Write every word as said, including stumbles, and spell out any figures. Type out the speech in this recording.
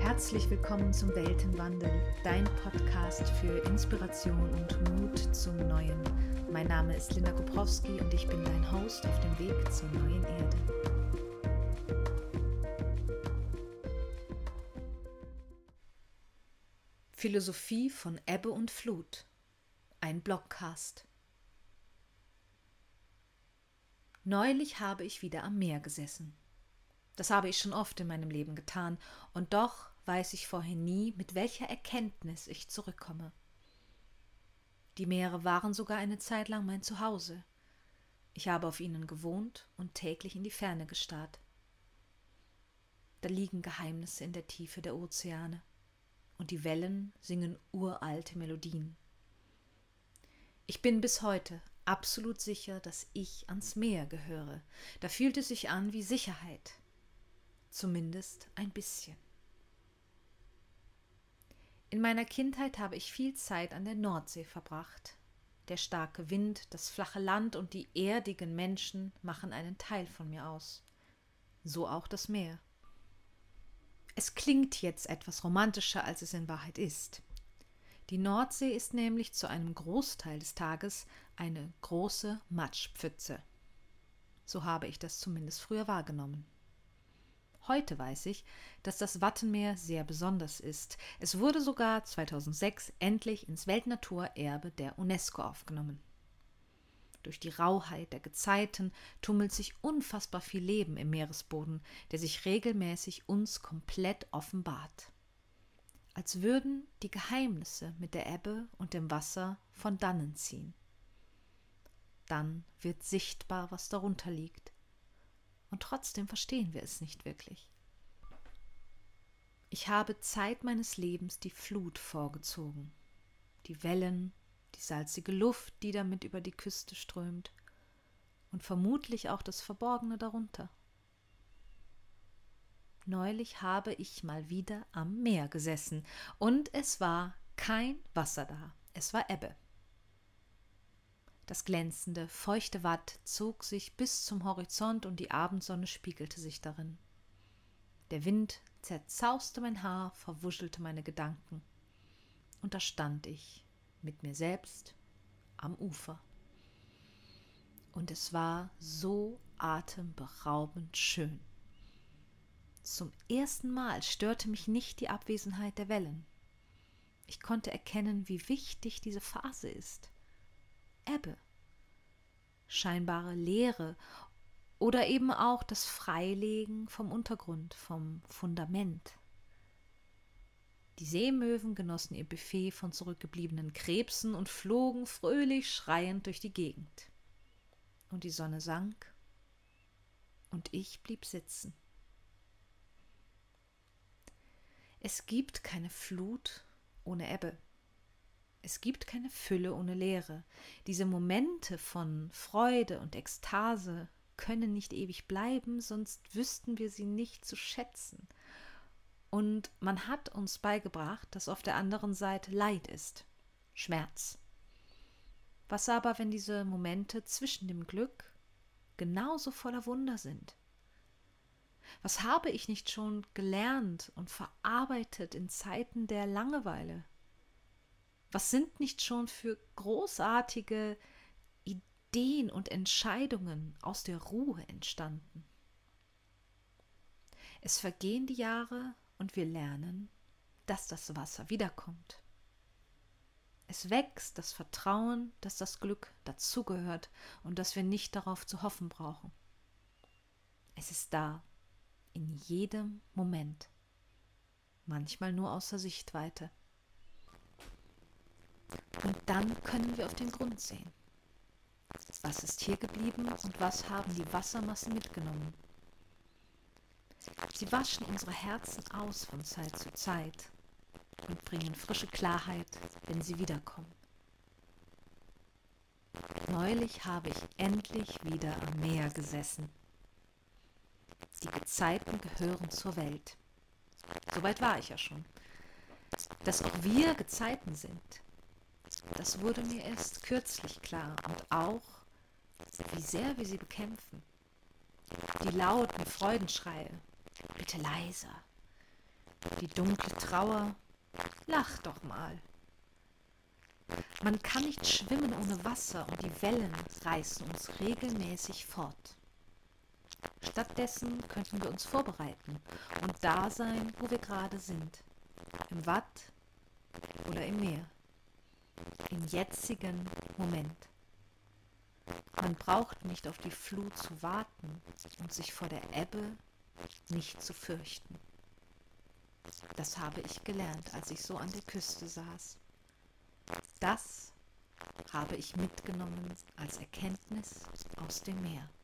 Herzlich willkommen zum Weltenwandel, dein Podcast für Inspiration und Mut zum Neuen. Mein Name ist Linda Koprowski und ich bin dein Host auf dem Weg zur neuen Erde. Philosophie von Ebbe und Flut. Ein Blogcast. Neulich habe ich wieder am Meer gesessen. Das habe ich schon oft in meinem Leben getan, und doch weiß ich vorher nie, mit welcher Erkenntnis ich zurückkomme. Die Meere waren sogar eine Zeit lang mein Zuhause. Ich habe auf ihnen gewohnt und täglich in die Ferne gestarrt. Da liegen Geheimnisse in der Tiefe der Ozeane, und die Wellen singen uralte Melodien. Ich bin bis heute absolut sicher, dass ich ans Meer gehöre. Da fühlt es sich an wie Sicherheit. Zumindest ein bisschen. In meiner Kindheit habe ich viel Zeit an der Nordsee verbracht. Der starke Wind, das flache Land und die erdigen Menschen machen einen Teil von mir aus. So auch das Meer. Es klingt jetzt etwas romantischer, als es in Wahrheit ist. Die Nordsee ist nämlich zu einem Großteil des Tages eine große Matschpfütze. So habe ich das zumindest früher wahrgenommen. Heute weiß ich, dass das Wattenmeer sehr besonders ist. Es wurde sogar zweitausendsechs endlich ins Weltnaturerbe der UNESCO aufgenommen. Durch die Rauheit der Gezeiten tummelt sich unfassbar viel Leben im Meeresboden, der sich regelmäßig uns komplett offenbart. Als würden die Geheimnisse mit der Ebbe und dem Wasser von dannen ziehen. Dann wird sichtbar, was darunter liegt. Und trotzdem verstehen wir es nicht wirklich. Ich habe Zeit meines Lebens die Flut vorgezogen. Die Wellen, die salzige Luft, die damit über die Küste strömt. Und vermutlich auch das Verborgene darunter. Neulich habe ich mal wieder am Meer gesessen und es war kein Wasser da. Es war Ebbe. Das glänzende, feuchte Watt zog sich bis zum Horizont und die Abendsonne spiegelte sich darin. Der Wind zerzauste mein Haar, verwuschelte meine Gedanken. Und da stand ich mit mir selbst am Ufer. Und es war so atemberaubend schön. Zum ersten Mal störte mich nicht die Abwesenheit der Wellen. Ich konnte erkennen, wie wichtig diese Phase ist. Ebbe, scheinbare Leere oder eben auch das Freilegen vom Untergrund, vom Fundament. Die Seemöwen genossen ihr Buffet von zurückgebliebenen Krebsen und flogen fröhlich schreiend durch die Gegend. Und die Sonne sank und ich blieb sitzen. Es gibt keine Flut ohne Ebbe. Es gibt keine Fülle ohne Leere. Diese Momente von Freude und Ekstase können nicht ewig bleiben, sonst wüssten wir sie nicht zu schätzen. Und man hat uns beigebracht, dass auf der anderen Seite Leid ist, Schmerz. Was aber, wenn diese Momente zwischen dem Glück genauso voller Wunder sind? Was habe ich nicht schon gelernt und verarbeitet in Zeiten der Langeweile? Was sind nicht schon für großartige Ideen und Entscheidungen aus der Ruhe entstanden? Es vergehen die Jahre und wir lernen, dass das Wasser wiederkommt. Es wächst das Vertrauen, dass das Glück dazugehört und dass wir nicht darauf zu hoffen brauchen. Es ist da, in jedem Moment, manchmal nur außer Sichtweite. Und dann können wir auf den Grund sehen. Was ist hier geblieben und was haben die Wassermassen mitgenommen? Sie waschen unsere Herzen aus von Zeit zu Zeit und bringen frische Klarheit, wenn sie wiederkommen. Neulich habe ich endlich wieder am Meer gesessen. Die Gezeiten gehören zur Welt. Soweit war ich ja schon. Dass auch wir Gezeiten sind, das wurde mir erst kürzlich klar und auch, wie sehr wir sie bekämpfen. Die lauten Freudenschreie, bitte leiser, die dunkle Trauer, lach doch mal. Man kann nicht schwimmen ohne Wasser und die Wellen reißen uns regelmäßig fort. Stattdessen könnten wir uns vorbereiten und da sein, wo wir gerade sind, im Watt oder im Meer, im jetzigen Moment. Man braucht nicht auf die Flut zu warten und sich vor der Ebbe nicht zu fürchten. Das habe ich gelernt, als ich so an der Küste saß. Das habe ich mitgenommen als Erkenntnis aus dem Meer.